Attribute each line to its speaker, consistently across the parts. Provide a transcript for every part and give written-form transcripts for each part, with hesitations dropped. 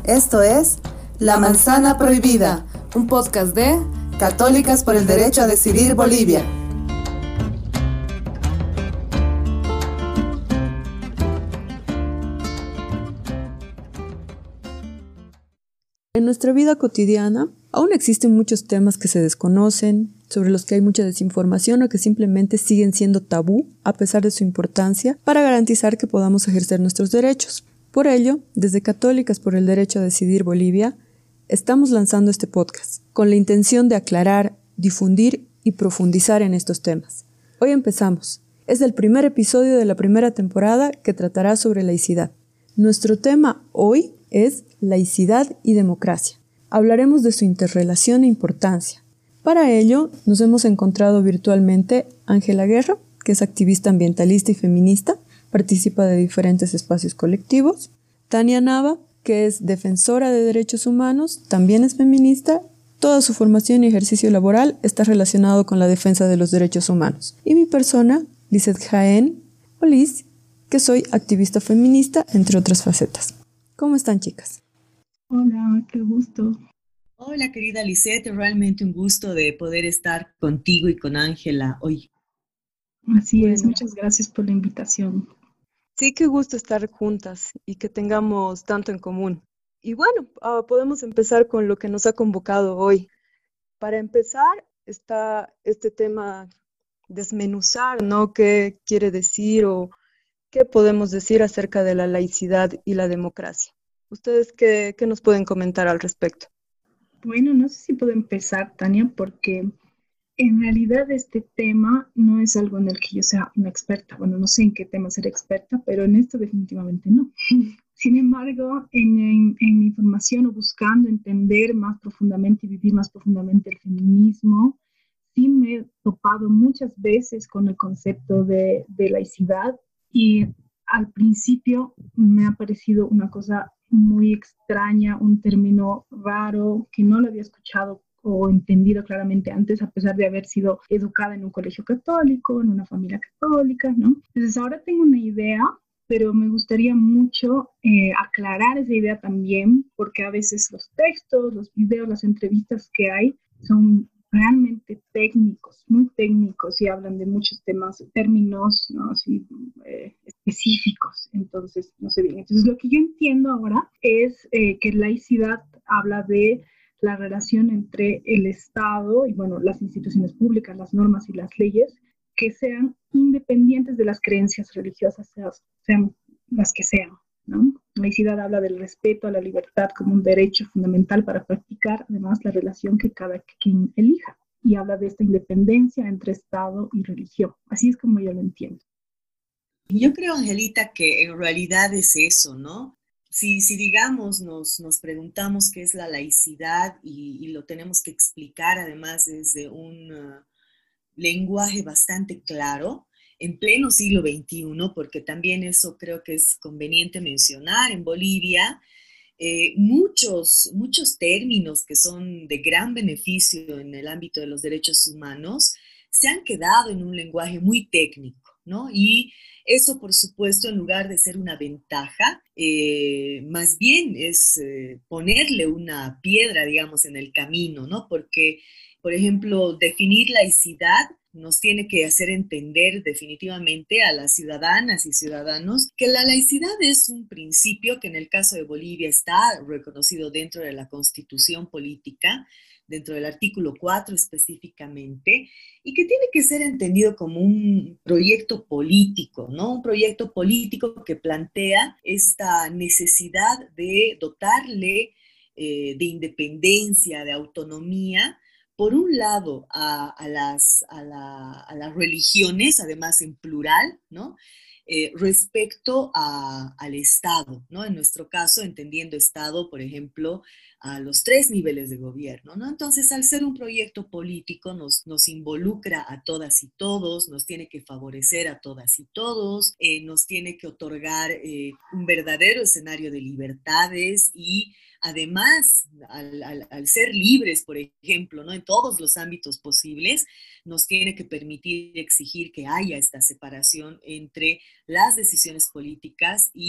Speaker 1: Esto es La Manzana Prohibida, un podcast de Católicas por el Derecho a Decidir Bolivia.
Speaker 2: En nuestra vida cotidiana, aún existen muchos temas que se desconocen, sobre los que hay mucha desinformación o que simplemente siguen siendo tabú a pesar de su importancia para garantizar que podamos ejercer nuestros derechos. Por ello, desde Católicas por el Derecho a Decidir Bolivia, estamos lanzando este podcast con la intención de aclarar, difundir y profundizar en estos temas. Hoy empezamos. Es el primer episodio de la primera temporada que tratará sobre laicidad. Nuestro tema hoy es laicidad y democracia. Hablaremos de su interrelación e importancia. Para ello, nos hemos encontrado virtualmente Ángela Guerra, que es activista ambientalista y feminista, participa de diferentes espacios colectivos. Tania Nava, que es defensora de derechos humanos, también es feminista. Toda su formación y ejercicio laboral está relacionado con la defensa de los derechos humanos. Y mi persona, Lizeth Jaén, o Liz, que soy activista feminista, entre otras facetas. ¿Cómo están, chicas?
Speaker 3: Hola, qué gusto.
Speaker 4: Hola, querida Lisette, realmente un gusto de poder estar contigo y con Ángela hoy.
Speaker 3: Así es, muchas gracias por la invitación.
Speaker 2: Sí, qué gusto estar juntas y que tengamos tanto en común. Y bueno, podemos empezar con lo que nos ha convocado hoy. Para empezar, está este tema desmenuzar, ¿no? ¿Qué quiere decir o qué podemos decir acerca de la laicidad y la democracia? ¿Ustedes qué nos pueden comentar al respecto?
Speaker 3: Bueno, no sé si puedo empezar, Tania, porque en realidad este tema no es algo en el que yo sea una experta. Bueno, no sé en qué tema ser experta, pero en esto definitivamente no. Sin embargo, en mi formación o buscando entender más profundamente y vivir más profundamente el feminismo, sí me he topado muchas veces con el concepto de laicidad y al principio me ha parecido una cosa muy extraña, un término raro que no lo había escuchado o entendido claramente antes, a pesar de haber sido educada en un colegio católico, en una familia católica, ¿no? Entonces ahora tengo una idea, pero me gustaría mucho aclarar esa idea también, porque a veces los textos, los videos, las entrevistas que hay son realmente técnicos, muy técnicos y hablan de muchos temas, términos, ¿no? Así, específicos, entonces no sé bien. Entonces lo que yo entiendo ahora es que laicidad habla de la relación entre el Estado y, bueno, las instituciones públicas, las normas y las leyes, que sean independientes de las creencias religiosas, sean las que sean, ¿no? Laicidad habla del respeto a la libertad como un derecho fundamental para practicar, además, la relación que cada quien elija. Y habla de esta independencia entre Estado y religión. Así es como yo lo entiendo.
Speaker 4: Yo creo, Angelita, que en realidad es eso, ¿no? Si digamos, nos preguntamos qué es la laicidad y lo tenemos que explicar además desde un lenguaje bastante claro, en pleno siglo XXI, porque también eso creo que es conveniente mencionar, en Bolivia muchos términos que son de gran beneficio en el ámbito de los derechos humanos se han quedado en un lenguaje muy técnico, ¿no? Y eso, por supuesto, en lugar de ser una ventaja, más bien es ponerle una piedra, digamos, en el camino, ¿no? Porque, por ejemplo, definir laicidad nos tiene que hacer entender definitivamente a las ciudadanas y ciudadanos que la laicidad es un principio que en el caso de Bolivia está reconocido dentro de la Constitución política, dentro del artículo 4 específicamente, y que tiene que ser entendido como un proyecto político, ¿no? Un proyecto político que plantea esta necesidad de dotarle de independencia, de autonomía, por un lado, a las religiones, además en plural, ¿no? Respecto al Estado, ¿no? En nuestro caso, entendiendo Estado, por ejemplo, a los 3 niveles de gobierno, ¿no? Entonces, al ser un proyecto político, nos involucra a todas y todos, nos tiene que favorecer a todas y todos, nos tiene que otorgar un verdadero escenario de libertades y además, al ser libres, por ejemplo, ¿no? En todos los ámbitos posibles, nos tiene que permitir exigir que haya esta separación entre las decisiones políticas y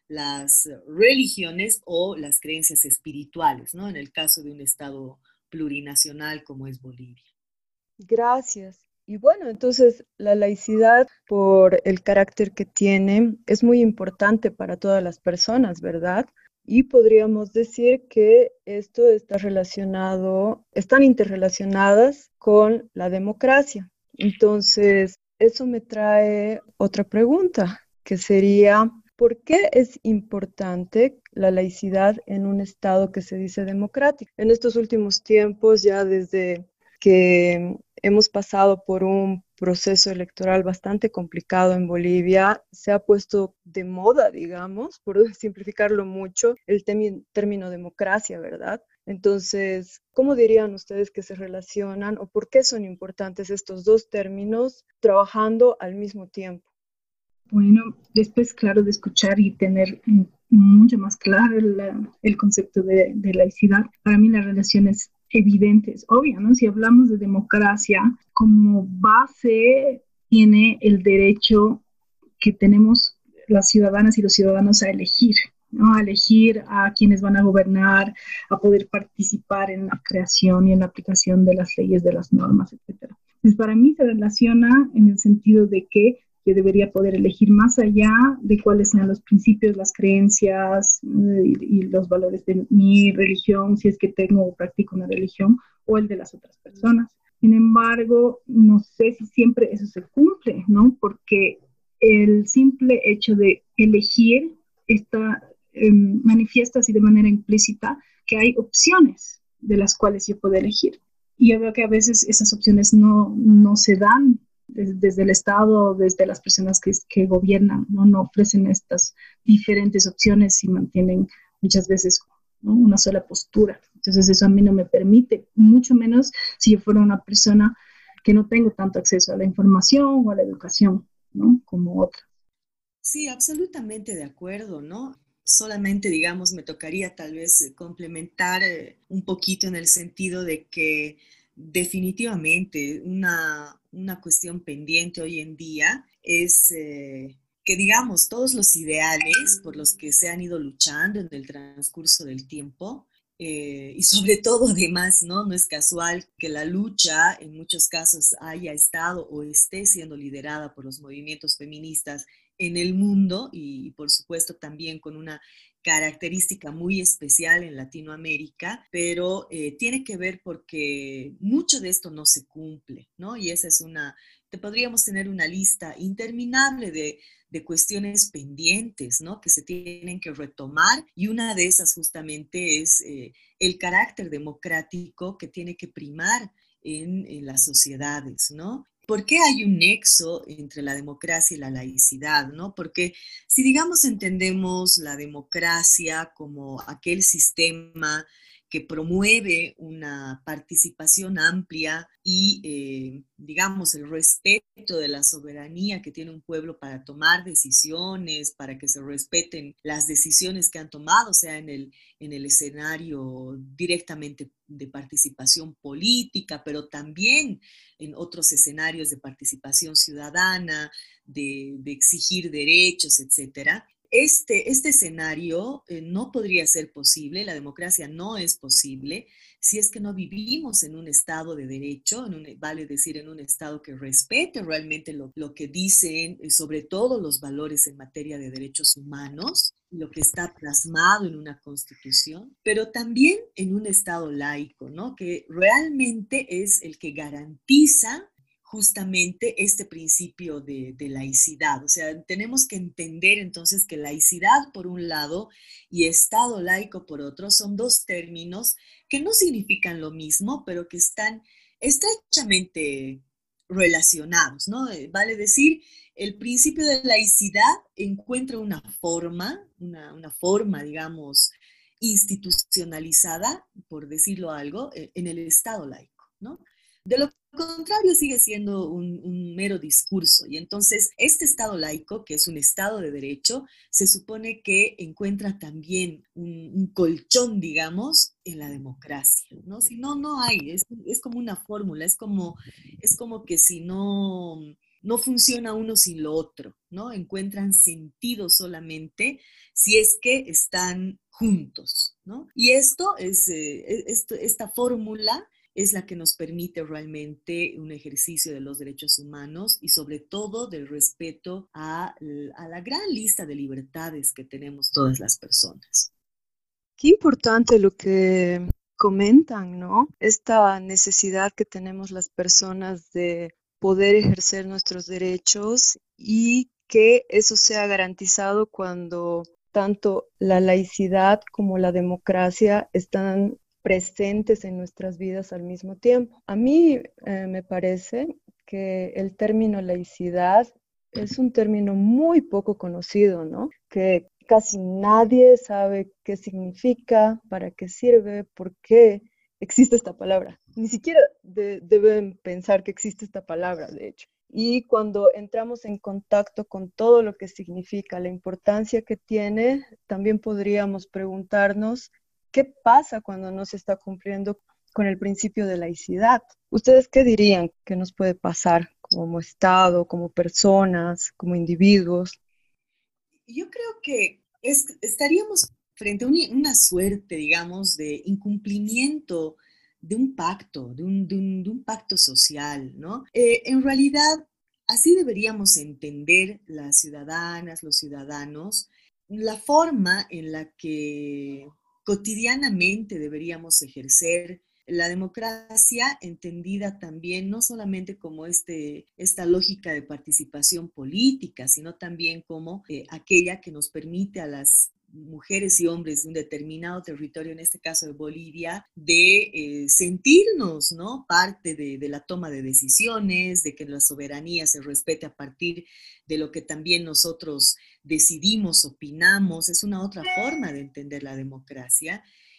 Speaker 4: las religiones o las creencias espirituales, ¿no? En el caso de un Estado plurinacional como es Bolivia.
Speaker 2: Gracias. Y bueno, entonces la laicidad, por el carácter que tiene, es muy importante para todas las personas, ¿verdad? Y podríamos decir que esto está relacionado, están interrelacionadas con la democracia. Entonces, eso me trae otra pregunta, que sería, ¿por qué es importante la laicidad en un Estado que se dice democrático? En estos últimos tiempos, ya desde que hemos pasado por un proceso electoral bastante complicado en Bolivia, se ha puesto de moda, digamos, por simplificarlo mucho, el término democracia, ¿verdad? Entonces, ¿cómo dirían ustedes que se relacionan o por qué son importantes estos dos términos trabajando al mismo tiempo?
Speaker 3: Bueno, después, claro, de escuchar y tener mucho más claro el concepto de laicidad, para mí la relación es evidente, es obvia, ¿no? Si hablamos de democracia, como base tiene el derecho que tenemos las ciudadanas y los ciudadanos a elegir, ¿no? A elegir a quienes van a gobernar, a poder participar en la creación y en la aplicación de las leyes, de las normas, etcétera. Entonces, para mí se relaciona en el sentido de que yo debería poder elegir más allá de cuáles sean los principios, las creencias y los valores de mi religión, si es que tengo o practico una religión, o el de las otras personas. Sin embargo, no sé si siempre eso se cumple, ¿no? Porque el simple hecho de elegir manifiesta así de manera implícita que hay opciones de las cuales yo puedo elegir. Y yo veo que a veces esas opciones no se dan desde el Estado, desde las personas que gobiernan, ¿no? Ofrecen estas diferentes opciones y mantienen muchas veces, ¿no? Una sola postura. Entonces eso a mí no me permite, mucho menos si yo fuera una persona que no tengo tanto acceso a la información o a la educación, ¿no? Como otra.
Speaker 4: Sí, absolutamente de acuerdo, ¿no? Solamente, digamos, me tocaría tal vez complementar un poquito en el sentido de que definitivamente una cuestión pendiente hoy en día es que, digamos, todos los ideales por los que se han ido luchando en el transcurso del tiempo, y sobre todo además, ¿no? No es casual que la lucha en muchos casos haya estado o esté siendo liderada por los movimientos feministas en el mundo y por supuesto también con una característica muy especial en Latinoamérica, pero tiene que ver porque mucho de esto no se cumple, ¿no? Y esa es podríamos tener una lista interminable de cuestiones pendientes, ¿no? Que se tienen que retomar y una de esas justamente es el carácter democrático que tiene que primar en las sociedades, ¿no? ¿Por qué hay un nexo entre la democracia y la laicidad, ¿no? Porque si, digamos, entendemos la democracia como aquel sistema que promueve una participación amplia y, digamos, el respeto de la soberanía que tiene un pueblo para tomar decisiones, para que se respeten las decisiones que han tomado, sea en el escenario directamente de participación política, pero también en otros escenarios de participación ciudadana, de exigir derechos, etcétera. Este escenario no podría ser posible, la democracia no es posible si es que no vivimos en un estado de derecho, vale decir, en un estado que respete realmente lo que dicen, sobre todo los valores en materia de derechos humanos, lo que está plasmado en una constitución, pero también en un estado laico, ¿no? Que realmente es el que garantiza justamente este principio de laicidad. O sea, tenemos que entender entonces que laicidad por un lado y Estado laico por otro son dos términos que no significan lo mismo, pero que están estrechamente relacionados, ¿no? Vale decir, el principio de laicidad encuentra una forma, digamos, institucionalizada, por decirlo algo, en el Estado laico, ¿no? De lo contrario, sigue siendo un mero discurso. Y entonces, este Estado laico, que es un Estado de derecho, se supone que encuentra también un colchón, digamos, en la democracia, ¿no? Si no, no hay. Es como una fórmula. Es como que si no funciona uno sin lo otro, ¿no? Encuentran sentido solamente si es que están juntos, ¿no? Y esta fórmula es la que nos permite realmente un ejercicio de los derechos humanos y sobre todo del respeto a la gran lista de libertades que tenemos todas las personas.
Speaker 2: Qué importante lo que comentan, ¿no? Esta necesidad que tenemos las personas de poder ejercer nuestros derechos y que eso sea garantizado cuando tanto la laicidad como la democracia están presentes en nuestras vidas al mismo tiempo. A mí me parece que el término laicidad es un término muy poco conocido, ¿no? Que casi nadie sabe qué significa, para qué sirve, por qué existe esta palabra. Ni siquiera deben pensar que existe esta palabra, de hecho. Y cuando entramos en contacto con todo lo que significa, la importancia que tiene, también podríamos preguntarnos qué pasa cuando no se está cumpliendo con el principio de laicidad. ¿Ustedes qué dirían que nos puede pasar como Estado, como personas, como individuos?
Speaker 4: Yo creo que estaríamos frente a una suerte, digamos, de incumplimiento de un pacto, de un pacto social, ¿no? En realidad, así deberíamos entender las ciudadanas, los ciudadanos, la forma en la que cotidianamente deberíamos ejercer la democracia, entendida también no solamente como esta lógica de participación política, sino también como aquella que nos permite a las mujeres y hombres de un determinado territorio, en este caso de Bolivia, de sentirnos, ¿no?, parte de la toma de decisiones, de que la soberanía se respete a partir de lo que también nosotros decidimos, opinamos. Es una otra forma de entender la democracia.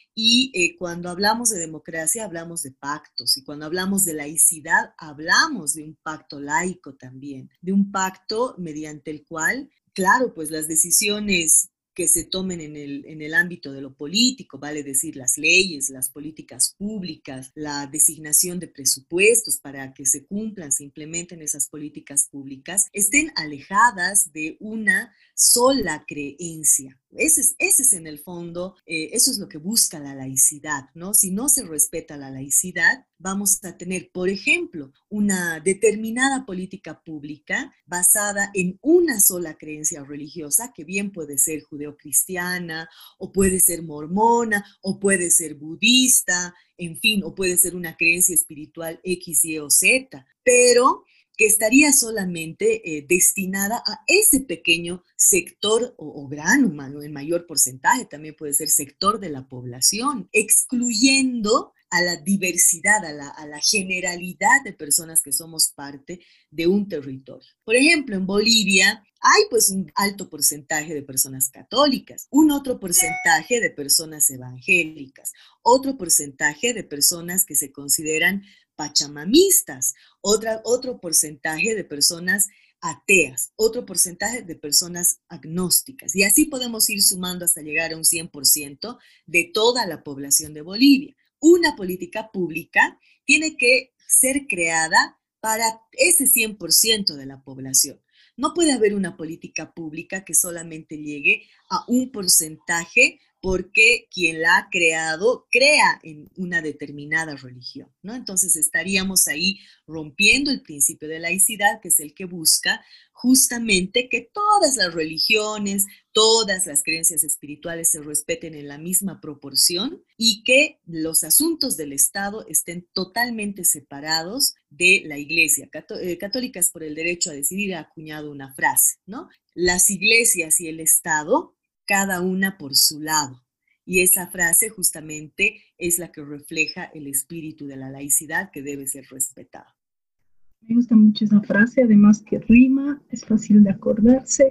Speaker 4: Y cuando hablamos de democracia, hablamos de pactos. Y cuando hablamos de laicidad, hablamos de un pacto laico también, de un pacto mediante el cual, claro, pues las decisiones que se tomen en el ámbito de lo político, vale decir las leyes, las políticas públicas, la designación de presupuestos para que se cumplan, se implementen esas políticas públicas, estén alejadas de una sola creencia. Ese es en el fondo, eso es lo que busca la laicidad, ¿no? Si no se respeta la laicidad, vamos a tener, por ejemplo, una determinada política pública basada en una sola creencia religiosa, que bien puede ser judeocristiana, o puede ser mormona, o puede ser budista, en fin, o puede ser una creencia espiritual X, Y o Z, pero que estaría solamente destinada a ese pequeño sector o gran humano, en mayor porcentaje también puede ser sector de la población, excluyendo a la diversidad, a la generalidad de personas que somos parte de un territorio. Por ejemplo, en Bolivia hay pues un alto porcentaje de personas católicas, un otro porcentaje de personas evangélicas, otro porcentaje de personas que se consideran pachamamistas, otro porcentaje de personas ateas, otro porcentaje de personas agnósticas. Y así podemos ir sumando hasta llegar a un 100% de toda la población de Bolivia. Una política pública tiene que ser creada para ese 100% de la población. No puede haber una política pública que solamente llegue a un porcentaje porque quien la ha creado crea en una determinada religión, ¿no? Entonces estaríamos ahí rompiendo el principio de laicidad, que es el que busca justamente que todas las religiones, todas las creencias espirituales se respeten en la misma proporción y que los asuntos del Estado estén totalmente separados de la Iglesia. Católicas por el Derecho a Decidir ha acuñado una frase, ¿no? Las iglesias y el Estado, cada una por su lado. Y esa frase justamente es la que refleja el espíritu de la laicidad que debe ser respetada.
Speaker 3: Me gusta mucho esa frase, además que rima, es fácil de acordarse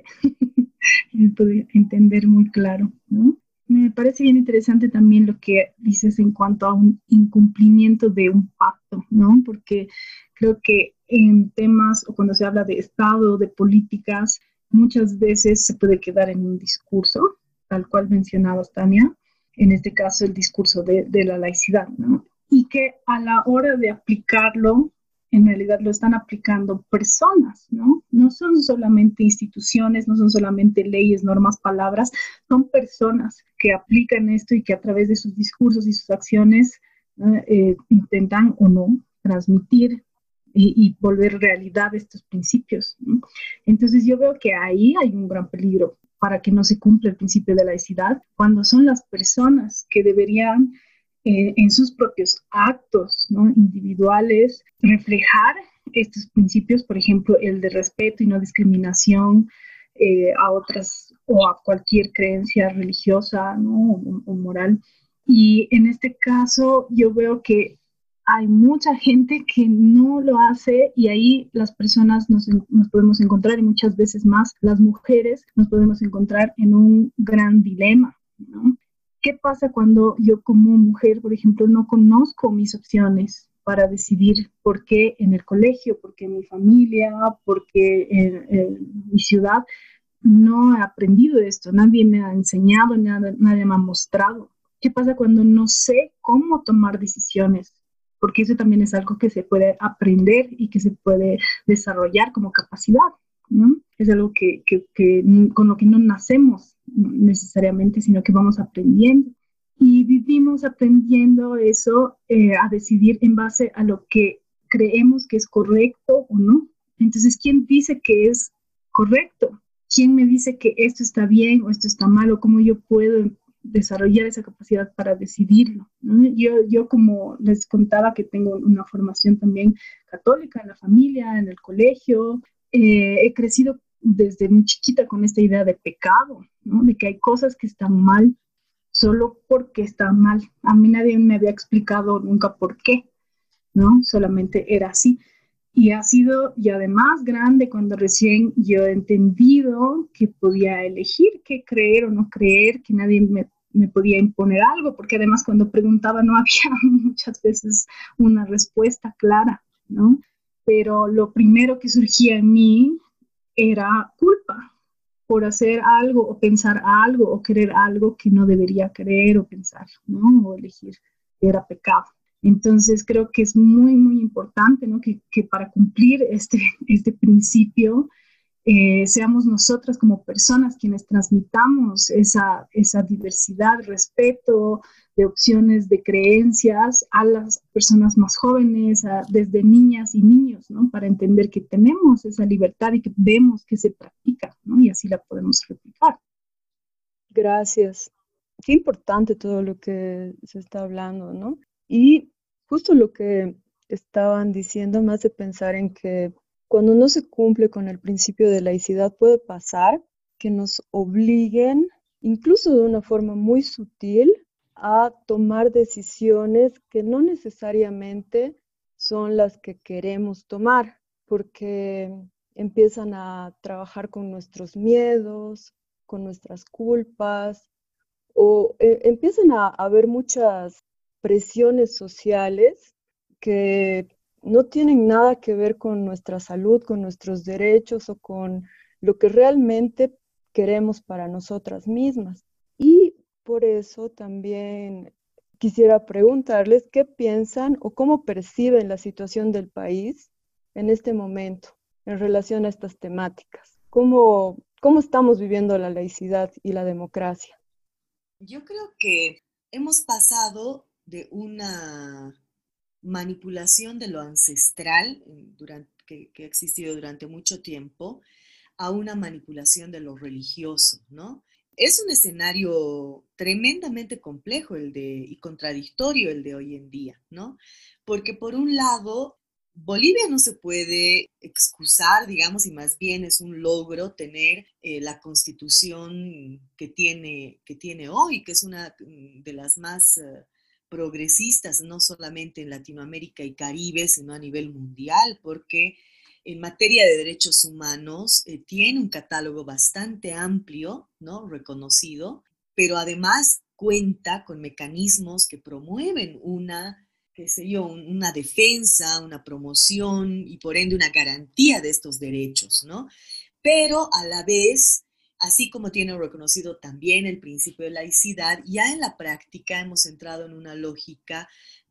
Speaker 3: y puede entender muy claro, ¿no? Me parece bien interesante también lo que dices en cuanto a un incumplimiento de un pacto, ¿no? Porque creo que en temas o cuando se habla de Estado, de políticas, muchas veces se puede quedar en un discurso, tal cual mencionabas, Tania, en este caso el discurso de la laicidad, ¿no? Y que a la hora de aplicarlo en realidad lo están aplicando personas, ¿no? No son solamente instituciones, no son solamente leyes, normas, palabras, son personas que aplican esto y que a través de sus discursos y sus acciones intentan o no transmitir y volver realidad estos principios, ¿no? Entonces yo veo que ahí hay un gran peligro para que no se cumpla el principio de laicidad, cuando son las personas que deberían en sus propios actos, ¿no?, individuales, reflejar estos principios, por ejemplo, el de respeto y no discriminación a otras o a cualquier creencia religiosa, ¿no?, o moral. Y en este caso yo veo que hay mucha gente que no lo hace y ahí las personas nos podemos encontrar, y muchas veces más las mujeres nos podemos encontrar en un gran dilema, ¿no? ¿Qué pasa cuando yo como mujer, por ejemplo, no conozco mis opciones para decidir por qué en el colegio, por qué en mi familia, por qué en mi ciudad? No he aprendido esto, nadie me ha enseñado, nadie me ha mostrado. ¿Qué pasa cuando no sé cómo tomar decisiones? Porque eso también es algo que se puede aprender y que se puede desarrollar como capacidad, ¿no? Es algo con lo que no nacemos necesariamente, sino que vamos aprendiendo. Y vivimos aprendiendo eso a decidir en base a lo que creemos que es correcto o no. Entonces, ¿quién dice que es correcto? ¿Quién me dice que esto está bien o esto está mal? ¿O cómo yo puedo desarrollar esa capacidad para decidirlo, ¿no? Yo como les contaba que tengo una formación también católica en la familia, en el colegio, he crecido desde muy chiquita con esta idea de pecado, ¿no? De que hay cosas que están mal solo porque están mal. A mí nadie me había explicado nunca por qué, ¿no? Solamente era así. Y ha sido ya de más grande cuando recién yo he entendido que podía elegir qué creer o no creer, que nadie me podía imponer algo, porque además cuando preguntaba no había muchas veces una respuesta clara, ¿no? Pero lo primero que surgía en mí era culpa por hacer algo o pensar algo o querer algo que no debería querer o pensar, ¿no? O elegir, era pecado. Entonces creo que es muy, muy importante, ¿no?, que para cumplir este principio seamos nosotras como personas quienes transmitamos esa diversidad, respeto de opciones, de creencias a las personas más jóvenes, desde niñas y niños, ¿no?, para entender que tenemos esa libertad y que vemos que se practica, ¿no?, y así la podemos replicar.
Speaker 2: Gracias. Qué importante todo lo que se está hablando, ¿no? Y justo lo que estaban diciendo me hace pensar en que cuando no se cumple con el principio de laicidad puede pasar que nos obliguen, incluso de una forma muy sutil, a tomar decisiones que no necesariamente son las que queremos tomar, porque empiezan a trabajar con nuestros miedos, con nuestras culpas, o empiezan a haber muchas presiones sociales que no tienen nada que ver con nuestra salud, con nuestros derechos o con lo que realmente queremos para nosotras mismas. Y por eso también quisiera preguntarles qué piensan o cómo perciben la situación del país en este momento en relación a estas temáticas. ¿Cómo estamos viviendo la laicidad y la democracia?
Speaker 4: Yo creo que hemos pasado de una manipulación de lo ancestral que ha existido durante mucho tiempo a una manipulación de lo religioso, ¿no? Es un escenario tremendamente complejo y contradictorio el de hoy en día, ¿no? Porque por un lado, Bolivia no se puede excusar, digamos, y más bien es un logro tener la constitución que tiene hoy, que es una de las más progresistas, no solamente en Latinoamérica y Caribe, sino a nivel mundial, porque en materia de derechos humanos tiene un catálogo bastante amplio, ¿no?, reconocido, pero además cuenta con mecanismos que promueven una defensa, una promoción y por ende una garantía de estos derechos, ¿no? Pero a la vez así como tiene reconocido también el principio de laicidad, ya en la práctica hemos entrado en una lógica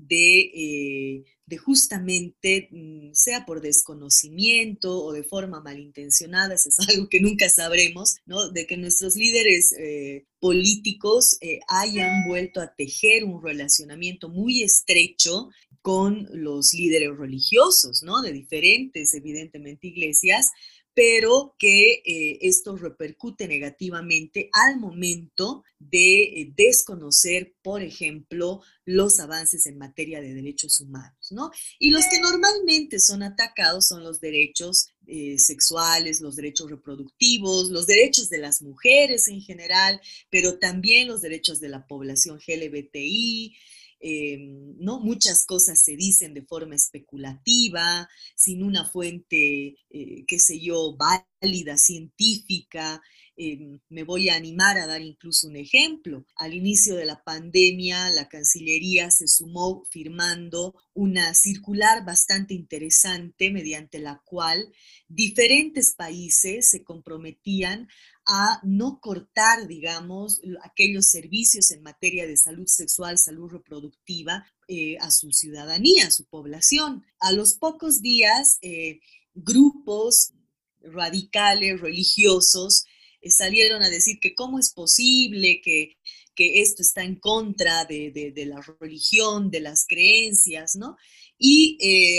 Speaker 4: de justamente, sea por desconocimiento o de forma malintencionada, eso es algo que nunca sabremos, ¿no? De que nuestros líderes políticos hayan vuelto a tejer un relacionamiento muy estrecho con los líderes religiosos, ¿no? De diferentes, evidentemente, iglesias, pero que esto repercute negativamente al momento de desconocer, por ejemplo, los avances en materia de derechos humanos, ¿no? Y los que normalmente son atacados son los derechos sexuales, los derechos reproductivos, los derechos de las mujeres en general, pero también los derechos de la población LGBTI. ¿No? Muchas cosas se dicen de forma especulativa, sin una fuente, qué sé yo, válida, científica. Me voy a animar a dar incluso un ejemplo. Al inicio de la pandemia, la Cancillería se sumó firmando una circular bastante interesante mediante la cual diferentes países se comprometían a no cortar, digamos, aquellos servicios en materia de salud sexual, salud reproductiva a su ciudadanía, a su población. A los pocos días, grupos radicales, religiosos, salieron a decir que cómo es posible que esto está en contra de la religión, de las creencias, ¿no? Y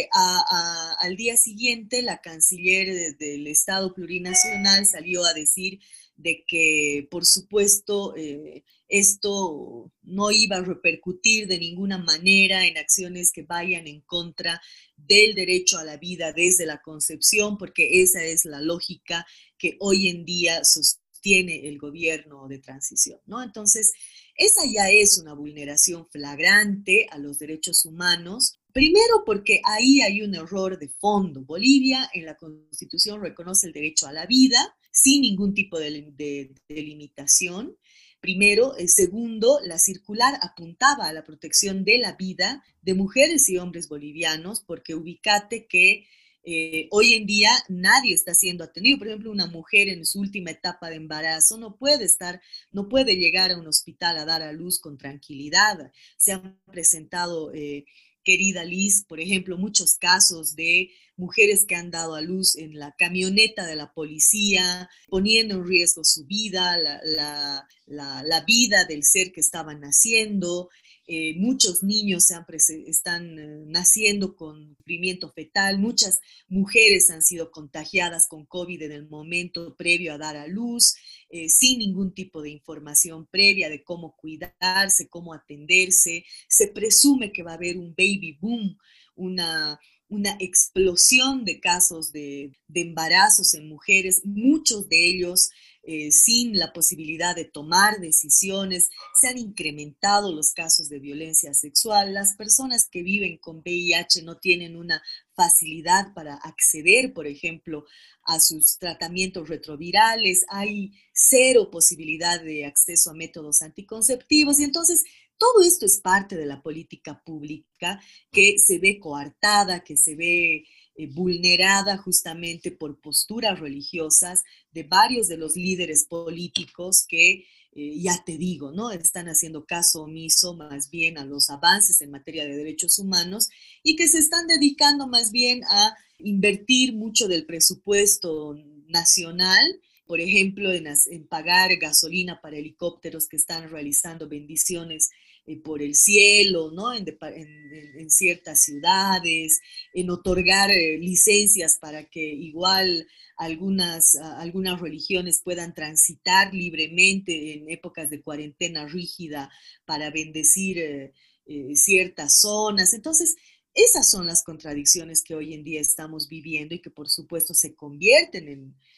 Speaker 4: al día siguiente la canciller del Estado plurinacional salió a decir de que, por supuesto, esto no iba a repercutir de ninguna manera en acciones que vayan en contra del derecho a la vida desde la concepción, porque esa es la lógica que hoy en día sostiene el gobierno de transición, ¿no? Entonces, esa ya es una vulneración flagrante a los derechos humanos. Primero porque ahí hay un error de fondo. Bolivia en la Constitución reconoce el derecho a la vida sin ningún tipo de limitación. Primero. Segundo, la circular apuntaba a la protección de la vida de mujeres y hombres bolivianos, porque ubicate que hoy en día nadie está siendo atendido. Por ejemplo, una mujer en su última etapa de embarazo no puede llegar a un hospital a dar a luz con tranquilidad. Se han presentado, querida Liz, por ejemplo, muchos casos de mujeres que han dado a luz en la camioneta de la policía, poniendo en riesgo su vida, la vida del ser que estaban naciendo. Muchos niños están naciendo con sufrimiento fetal, muchas mujeres han sido contagiadas con COVID en el momento previo a dar a luz, sin ningún tipo de información previa de cómo cuidarse, cómo atenderse. Se presume que va a haber un baby boom, una explosión de casos de embarazos en mujeres, muchos de ellos sin la posibilidad de tomar decisiones. Se han incrementado los casos de violencia sexual. Las personas que viven con VIH no tienen una facilidad para acceder, por ejemplo, a sus tratamientos retrovirales. Hay cero posibilidad de acceso a métodos anticonceptivos y entonces todo esto es parte de la política pública que se ve coartada, que se ve vulnerada justamente por posturas religiosas de varios de los líderes políticos que, ya te digo, ¿no? Están haciendo caso omiso más bien a los avances en materia de derechos humanos y que se están dedicando más bien a invertir mucho del presupuesto nacional, por ejemplo, en pagar gasolina para helicópteros que están realizando bendiciones por el cielo, ¿no? En ciertas ciudades, en otorgar licencias para que igual algunas religiones puedan transitar libremente en épocas de cuarentena rígida para bendecir ciertas zonas. Entonces, esas son las contradicciones que hoy en día estamos viviendo y que por supuesto se convierten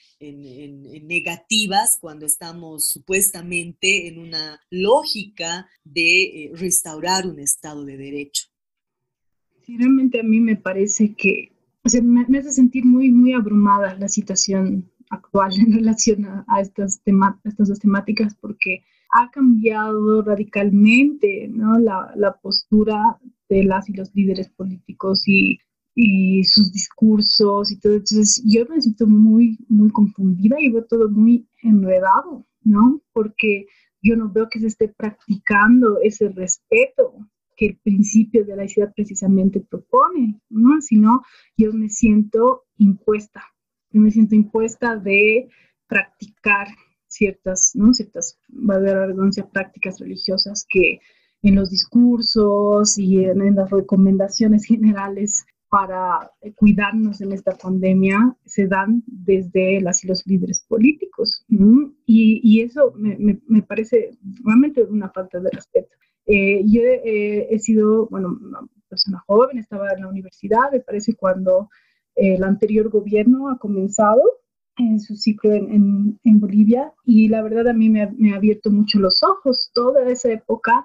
Speaker 4: en negativas cuando estamos supuestamente en una lógica de restaurar un Estado de Derecho.
Speaker 3: Sí, realmente a mí me parece que, o sea, me hace sentir muy, muy abrumada la situación actual en relación a estas dos temáticas, porque ha cambiado radicalmente, ¿no? la postura de las y los líderes políticos y y sus discursos y todo. Entonces yo me siento muy, muy confundida y veo todo muy enredado, ¿no? Porque yo no veo que se esté practicando ese respeto que el principio de laicidad precisamente propone, ¿no? Sino yo me siento impuesta. Yo me siento impuesta de practicar ciertas, ¿no? Ciertas, va a haber redundancia, prácticas religiosas que en los discursos y en las recomendaciones generales para cuidarnos en esta pandemia se dan desde las y los líderes políticos. Y eso me parece realmente una falta de respeto. Yo he sido, bueno, una persona joven, estaba en la universidad, me parece cuando el anterior gobierno ha comenzado en su ciclo en Bolivia, y la verdad a mí me ha abierto mucho los ojos toda esa época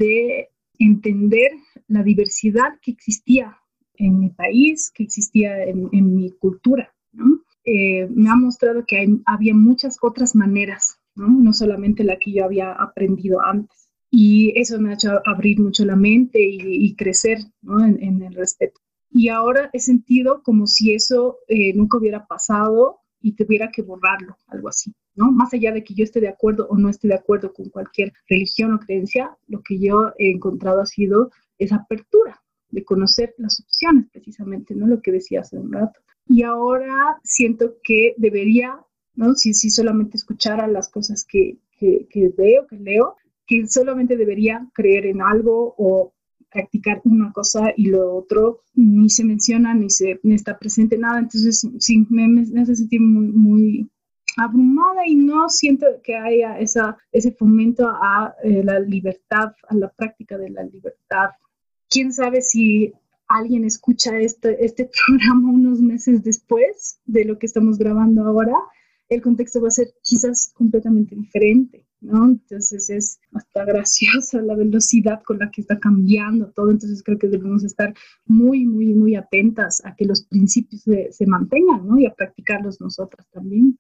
Speaker 3: de entender la diversidad que existía en mi país, que existía en mi cultura, ¿no? Me ha mostrado que había muchas otras maneras, ¿no? No solamente la que yo había aprendido antes. Y eso me ha hecho abrir mucho la mente y crecer, ¿no? en el respeto. Y ahora he sentido como si eso nunca hubiera pasado y tuviera que borrarlo, algo así, ¿no? Más allá de que yo esté de acuerdo o no esté de acuerdo con cualquier religión o creencia, lo que yo he encontrado ha sido esa apertura de conocer las opciones, precisamente, ¿no? Lo que decía hace un rato. Y ahora siento que debería, ¿no? Si solamente escuchara las cosas que veo, que leo, que solamente debería creer en algo o practicar una cosa y lo otro ni se menciona, ni está presente nada. Entonces, sí, me hace sentir muy, muy abrumada y no siento que haya ese fomento a la libertad, a la práctica de la libertad. ¿Quién sabe si alguien escucha este programa unos meses después de lo que estamos grabando ahora? El contexto va a ser quizás completamente diferente, ¿no? Entonces es hasta graciosa la velocidad con la que está cambiando todo. Entonces creo que debemos estar muy, muy, muy atentas a que los principios se mantengan, ¿no? Y a practicarlos nosotras también.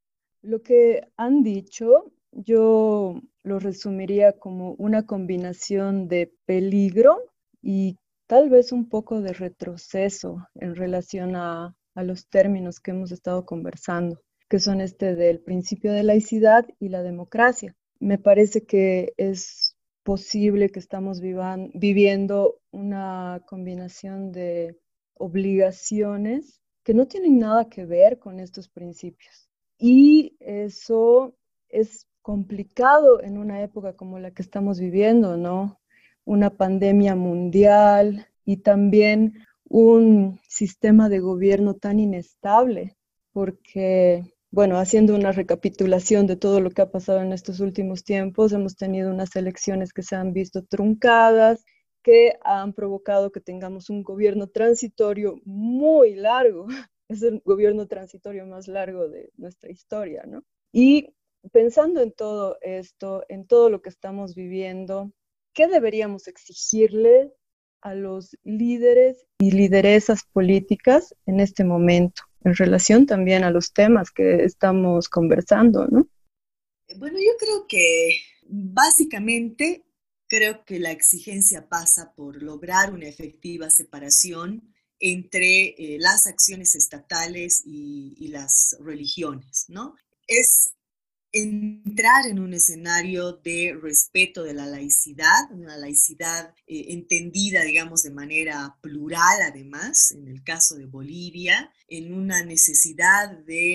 Speaker 2: Lo que han dicho, yo lo resumiría como una combinación de peligro y tal vez un poco de retroceso en relación a los términos que hemos estado conversando, que son del principio de laicidad y la democracia. Me parece que es posible que estamos viviendo una combinación de obligaciones que no tienen nada que ver con estos principios. Y eso es complicado en una época como la que estamos viviendo, ¿no? Una pandemia mundial y también un sistema de gobierno tan inestable, porque, bueno, haciendo una recapitulación de todo lo que ha pasado en estos últimos tiempos, hemos tenido unas elecciones que se han visto truncadas, que han provocado que tengamos un gobierno transitorio muy largo. Es el gobierno transitorio más largo de nuestra historia, ¿no? Y pensando en todo esto, en todo lo que estamos viviendo, ¿qué deberíamos exigirle a los líderes y lideresas políticas en este momento, en relación también a los temas que estamos conversando, ¿no?
Speaker 4: Bueno, yo creo que básicamente la exigencia pasa por lograr una efectiva separación entre las acciones estatales y las religiones, ¿no? Es entrar en un escenario de respeto de la laicidad, una laicidad entendida, digamos, de manera plural, además, en el caso de Bolivia, en una necesidad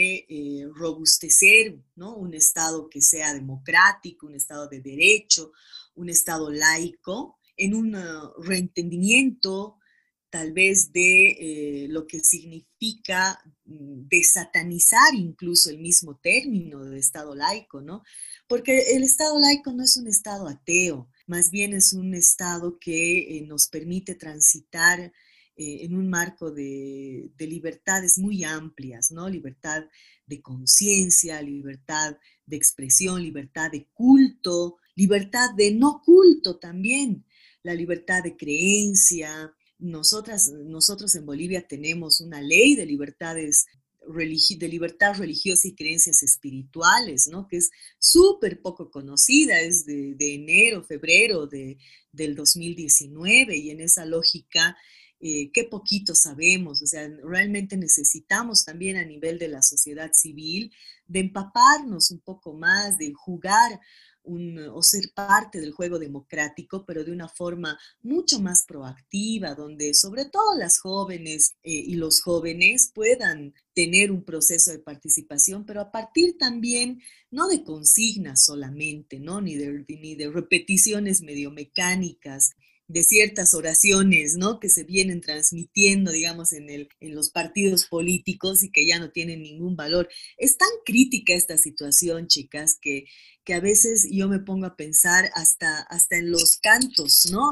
Speaker 4: de robustecer, ¿no? Un Estado que sea democrático, un Estado de derecho, un Estado laico, en un reentendimiento tal vez de lo que significa desatanizar incluso el mismo término de Estado laico, ¿no? Porque el Estado laico no es un Estado ateo, más bien es un Estado que nos permite transitar en un marco de libertades muy amplias, ¿no? Libertad de conciencia, libertad de expresión, libertad de culto, libertad de no culto también, la libertad de creencia. Nosotros en Bolivia tenemos una ley de libertades de libertad religiosa y creencias espirituales, ¿no? Que es súper poco conocida, es de enero, febrero del 2019, y en esa lógica qué poquito sabemos. O sea, realmente necesitamos también a nivel de la sociedad civil de empaparnos un poco más, de jugar o ser parte del juego democrático, pero de una forma mucho más proactiva, donde sobre todo las jóvenes y los jóvenes puedan tener un proceso de participación, pero a partir también no de consignas solamente, ¿no? Ni de repeticiones medio mecánicas, de ciertas oraciones, ¿no? Que se vienen transmitiendo, digamos, en los partidos políticos y que ya no tienen ningún valor. Es tan crítica esta situación, chicas, que a veces yo me pongo a pensar hasta en los cantos, ¿no?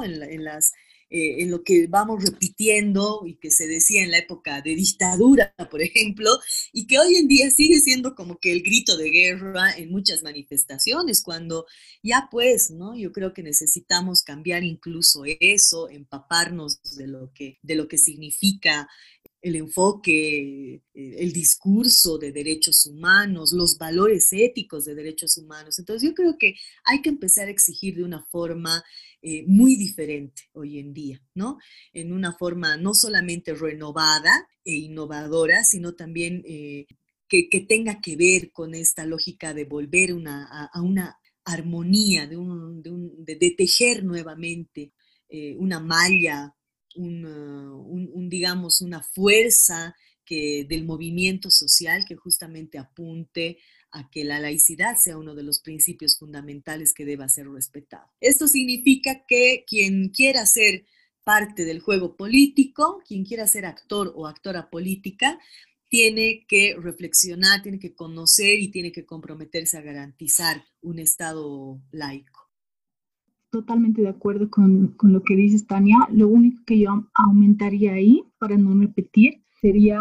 Speaker 4: En lo que vamos repitiendo y que se decía en la época de dictadura, por ejemplo, y que hoy en día sigue siendo como que el grito de guerra en muchas manifestaciones, cuando ya pues, ¿no? Yo creo que necesitamos cambiar incluso eso, empaparnos de lo que significa el enfoque, el discurso de derechos humanos, los valores éticos de derechos humanos. Entonces yo creo que hay que empezar a exigir de una forma muy diferente hoy en día, ¿no? En una forma no solamente renovada e innovadora, sino también que tenga que ver con esta lógica de volver a una armonía, de tejer nuevamente una malla, digamos, una fuerza del movimiento social que justamente apunte a que la laicidad sea uno de los principios fundamentales que deba ser respetado. Esto significa que quien quiera ser parte del juego político, quien quiera ser actor o actora política, tiene que reflexionar, tiene que conocer y tiene que comprometerse a garantizar un Estado laico.
Speaker 3: Totalmente de acuerdo con lo que dices, Tania. Lo único que yo aumentaría ahí, para no repetir, sería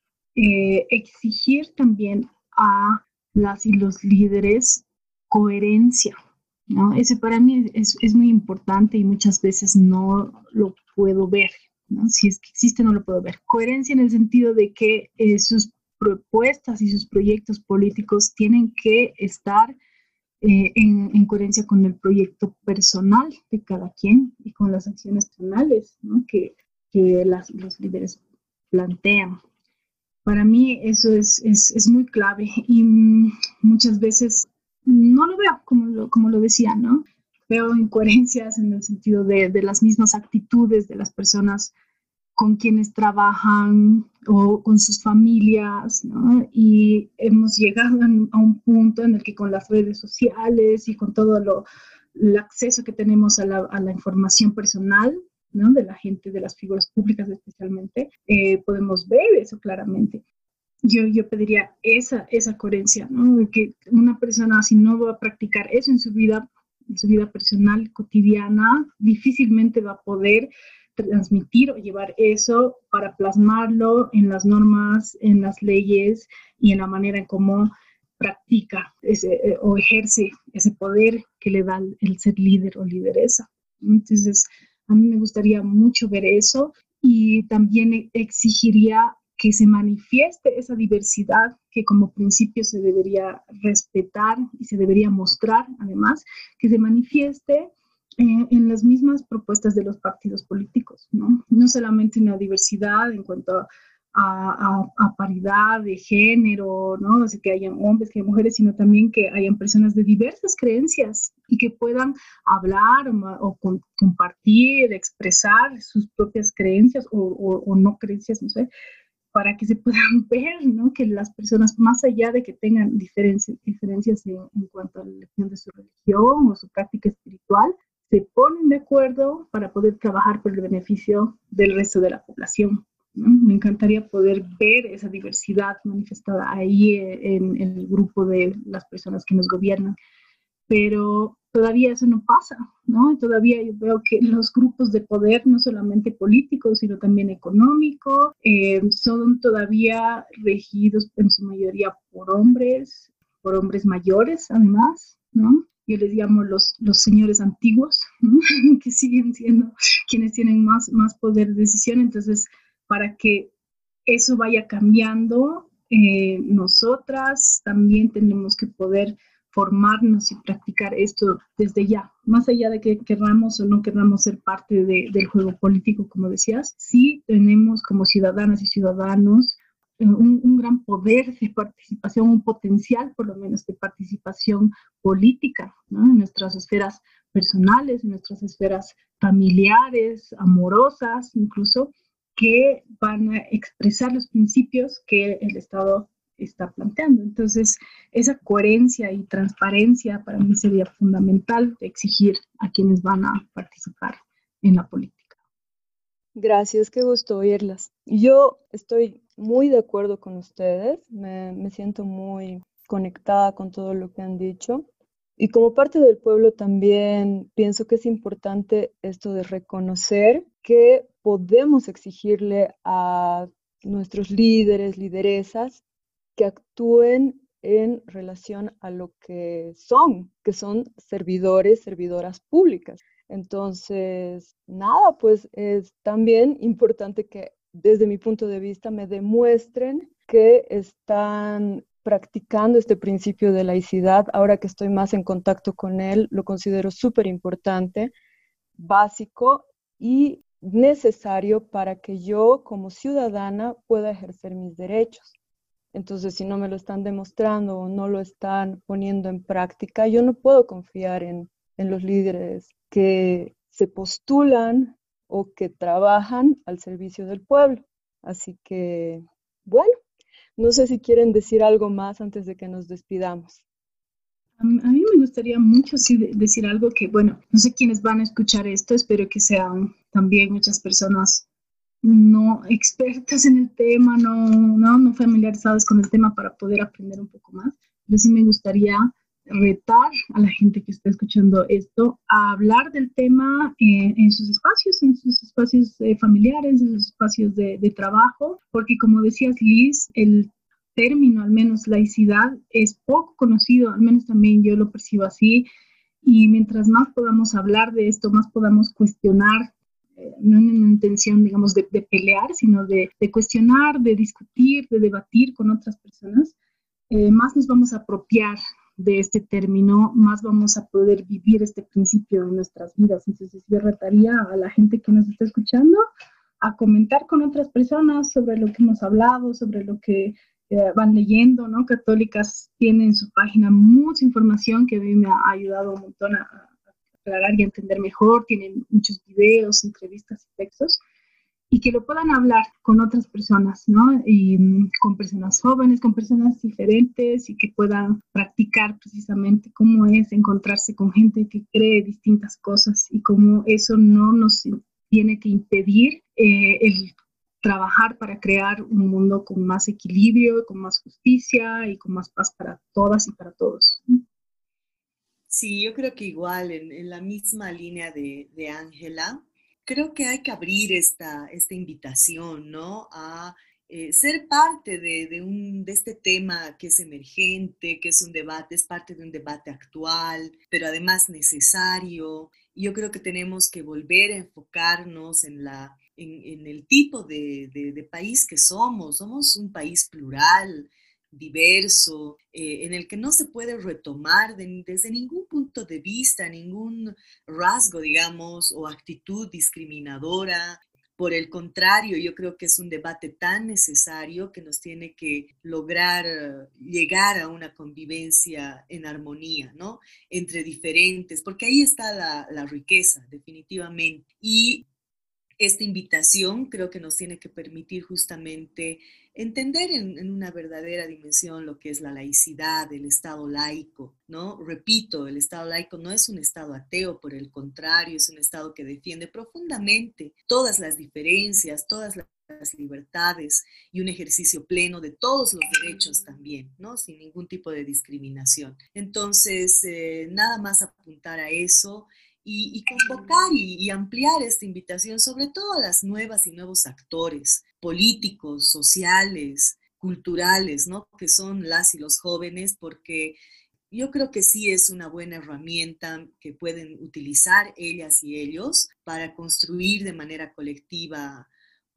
Speaker 3: exigir también a las y los líderes coherencia, ¿no? Ese para mí es muy importante y muchas veces no lo puedo ver, ¿no? Si es que existe, no lo puedo ver. Coherencia en el sentido de que sus propuestas y sus proyectos políticos tienen que estar en coherencia con el proyecto personal de cada quien y con las acciones personales, ¿no? que los líderes plantean. Para mí eso es muy clave y muchas veces no lo veo como lo decía, ¿no? Veo incoherencias en el sentido de las mismas actitudes de las personas con quienes trabajan o con sus familias, ¿no? Y hemos llegado a un punto en el que con las redes sociales y con todo el acceso que tenemos a la información personal, ¿no? De la gente, de las figuras públicas especialmente, podemos ver eso claramente. Yo pediría esa coherencia, ¿no? Que una persona, si no va a practicar eso en su vida personal, cotidiana, difícilmente va a poder transmitir o llevar eso para plasmarlo en las normas, en las leyes y en la manera en cómo practica o ejerce ese poder que le da el ser líder o lideresa. Entonces, a mí me gustaría mucho ver eso y también exigiría que se manifieste esa diversidad que como principio se debería respetar y se debería mostrar, además, que se manifieste en las mismas propuestas de los partidos políticos, ¿no? No solamente una diversidad en cuanto a paridad de género, ¿no? Así que hayan hombres, que hayan mujeres, sino también que hayan personas de diversas creencias y que puedan hablar o compartir, expresar sus propias creencias o no creencias, no sé, para que se puedan ver, ¿no? Que las personas, más allá de que tengan diferencias en cuanto a la elección de su religión o su práctica espiritual, se ponen de acuerdo para poder trabajar por el beneficio del resto de la población, ¿no? Me encantaría poder ver esa diversidad manifestada ahí en el grupo de las personas que nos gobiernan, pero todavía eso no pasa, ¿no? Todavía yo veo que los grupos de poder, no solamente políticos, sino también económicos, son todavía regidos en su mayoría por hombres mayores, además, ¿no? Yo les llamo los señores antiguos, ¿no? Que siguen siendo quienes tienen más poder de decisión. Entonces, para que eso vaya cambiando, nosotras también tenemos que poder formarnos y practicar esto desde ya, más allá de que querramos o no querramos ser parte del juego político, como decías, sí tenemos como ciudadanas y ciudadanos un gran poder de participación, un potencial por lo menos de participación política, ¿no? En nuestras esferas personales, en nuestras esferas familiares, amorosas, incluso, que van a expresar los principios que el Estado está planteando. Entonces, esa coherencia y transparencia para mí sería fundamental de exigir a quienes van a participar en la política.
Speaker 2: Gracias, qué gusto oírlas. Yo estoy muy de acuerdo con ustedes, me siento muy conectada con todo lo que han dicho. Y como parte del pueblo también pienso que es importante esto de reconocer que podemos exigirle a nuestros líderes, lideresas, que actúen en relación a lo que son servidores, servidoras públicas. Entonces, nada, pues es también importante que desde mi punto de vista me demuestren que están practicando este principio de laicidad. Ahora que estoy más en contacto con él, lo considero súper importante, básico y necesario para que yo como ciudadana pueda ejercer mis derechos. Entonces, si no me lo están demostrando o no lo están poniendo en práctica, yo no puedo confiar en los líderes que se postulan o que trabajan al servicio del pueblo. Así que, bueno, no sé si quieren decir algo más antes de que nos despidamos.
Speaker 3: A mí me gustaría mucho sí, decir algo que, bueno, no sé quiénes van a escuchar esto, espero que sean también muchas personas no expertas en el tema, no familiarizadas con el tema para poder aprender un poco más. Pero sí me gustaría retar a la gente que está escuchando esto a hablar del tema en sus espacios familiares, en sus espacios de trabajo, porque como decías, Liz, el término, al menos laicidad, es poco conocido, al menos también yo lo percibo así, y mientras más podamos hablar de esto, más podamos cuestionar, no en una intención, digamos, de pelear, sino de cuestionar, de discutir, de debatir con otras personas, más nos vamos a apropiar de este término, más vamos a poder vivir este principio en nuestras vidas. Entonces yo retaría a la gente que nos está escuchando a comentar con otras personas sobre lo que hemos hablado, sobre lo que van leyendo, ¿no? Católicas tiene en su página mucha información que a mí me ha ayudado un montón a aclarar y a entender mejor, tienen muchos videos, entrevistas y textos, y que lo puedan hablar con otras personas, ¿no? Y con personas jóvenes, con personas diferentes, y que puedan practicar precisamente cómo es encontrarse con gente que cree distintas cosas y cómo eso no nos tiene que impedir el trabajar para crear un mundo con más equilibrio, con más justicia y con más paz para todas y para todos.
Speaker 4: Sí, yo creo que igual, en la misma línea de Ángela, creo que hay que abrir esta invitación, ¿no? A ser parte de este tema que es emergente, que es un debate, es parte de un debate actual, pero además necesario. Yo creo que tenemos que volver a enfocarnos en el tipo de país que somos. Somos un país plural, diverso, en el que no se puede retomar desde ningún punto de vista, ningún rasgo, digamos, o actitud discriminadora. Por el contrario, yo creo que es un debate tan necesario que nos tiene que lograr llegar a una convivencia en armonía, ¿no? Entre diferentes, porque ahí está la riqueza, definitivamente. Y esta invitación creo que nos tiene que permitir justamente entender en una verdadera dimensión lo que es la laicidad, el Estado laico, ¿no? Repito, el Estado laico no es un Estado ateo, por el contrario, es un Estado que defiende profundamente todas las diferencias, todas las libertades y un ejercicio pleno de todos los derechos también, ¿no? Sin ningún tipo de discriminación. Entonces, nada más apuntar a eso y convocar y ampliar esta invitación, sobre todo a las nuevas y nuevos actores políticos, sociales, culturales, ¿no? Que son las y los jóvenes, porque yo creo que sí es una buena herramienta que pueden utilizar ellas y ellos para construir de manera colectiva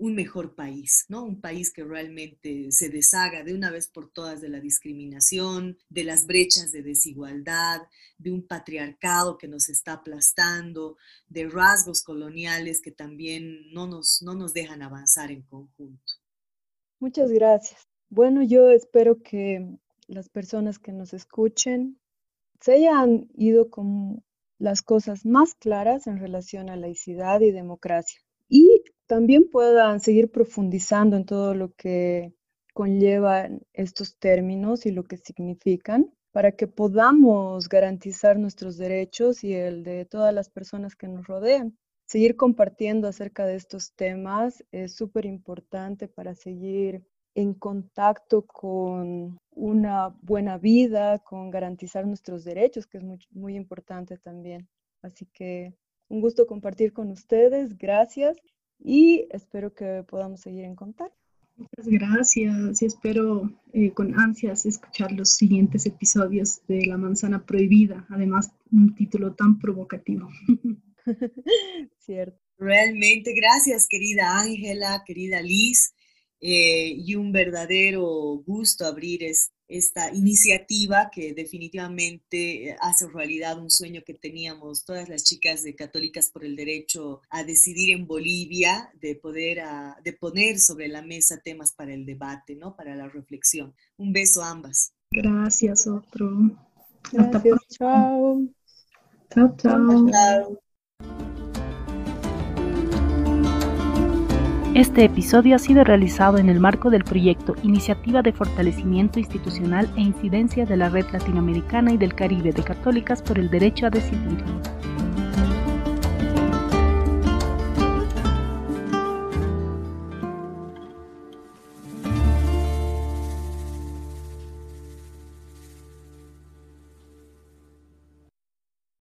Speaker 4: un mejor país, ¿no? Un país que realmente se deshaga de una vez por todas de la discriminación, de las brechas de desigualdad, de un patriarcado que nos está aplastando, de rasgos coloniales que también no nos dejan avanzar en conjunto.
Speaker 2: Muchas gracias. Bueno, yo espero que las personas que nos escuchen se hayan ido con las cosas más claras en relación a laicidad y democracia. Y también puedan seguir profundizando en todo lo que conllevan estos términos y lo que significan para que podamos garantizar nuestros derechos y el de todas las personas que nos rodean. Seguir compartiendo acerca de estos temas es súper importante para seguir en contacto con una buena vida, con garantizar nuestros derechos, que es muy, muy importante también. Así que un gusto compartir con ustedes, gracias y espero que podamos seguir en contacto.
Speaker 3: Muchas gracias y espero con ansias escuchar los siguientes episodios de La Manzana Prohibida, además un título tan provocativo.
Speaker 2: Cierto.
Speaker 4: Realmente, gracias querida Ángela, querida Liz, y un verdadero gusto abrir esta iniciativa que definitivamente hace realidad un sueño que teníamos todas las chicas de Católicas por el Derecho a Decidir en Bolivia, de poner sobre la mesa temas para el debate, ¿no? Para la reflexión. Un beso a ambas.
Speaker 3: Gracias, otro.
Speaker 2: Gracias, hasta pronto. Chao.
Speaker 3: Chao, chao. Chao.
Speaker 5: Este episodio ha sido realizado en el marco del proyecto Iniciativa de Fortalecimiento Institucional e Incidencia de la Red Latinoamericana y del Caribe de Católicas por el Derecho a Decidir.